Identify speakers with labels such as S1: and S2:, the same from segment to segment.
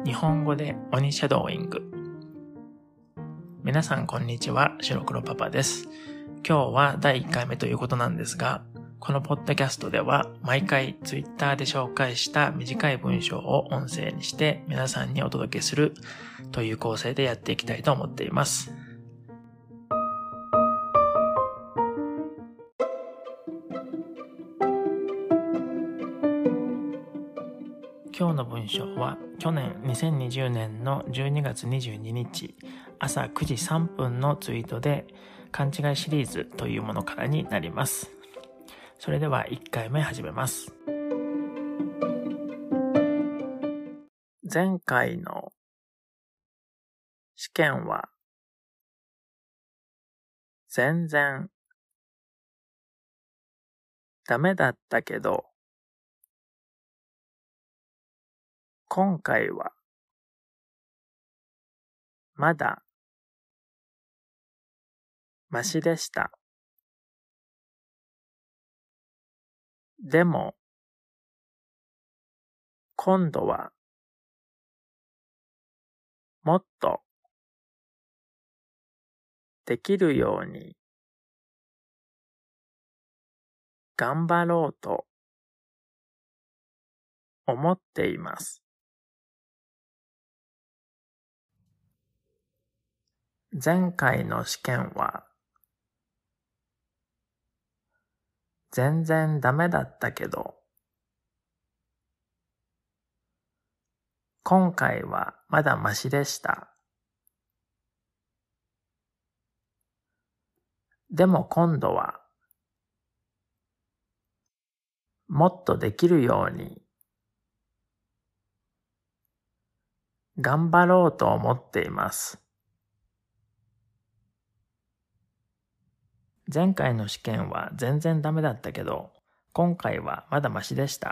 S1: 日本語で鬼シャドーイング。皆さんこんにちは、白黒パパです。今日は第1回目ということなんですが、このポッドキャストでは毎回ツイッターで紹介した短い文章を音声にして皆さんにお届けするという構成でやっていきたいと思っています。今日の文章は去年2020年の12月22日朝9時3分のツイートで勘違いシリーズというものからになります。それでは1回目始めます。前回の試験は全然ダメだったけど、今回はまだマシでした。でも今度はもっとできるように頑張ろうと思っています。前回の試験は全然ダメだったけど、今回はまだマシでした。でも今度はもっとできるように頑張ろうと思っています。前回の試験は全然ダメだったけど、今回はまだマシでした。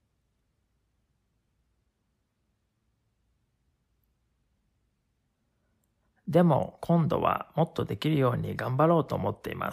S1: でも今度はもっとできるように頑張ろうと思っています。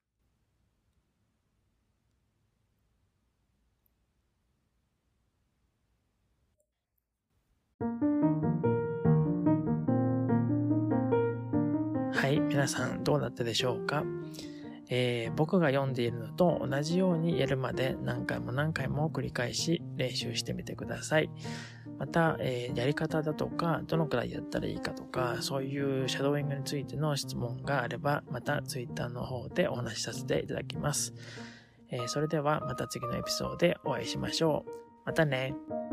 S1: はい、皆さんどうだったでしょうか。僕が読んでいるのと同じようにやるまで何回も繰り返し練習してみてください。また、やり方だとかどのくらいやったらいいかとか、そういうシャドーイングについての質問があればまたツイッターの方でお話しさせていただきます。それではまた次のエピソードでお会いしましょう。またね。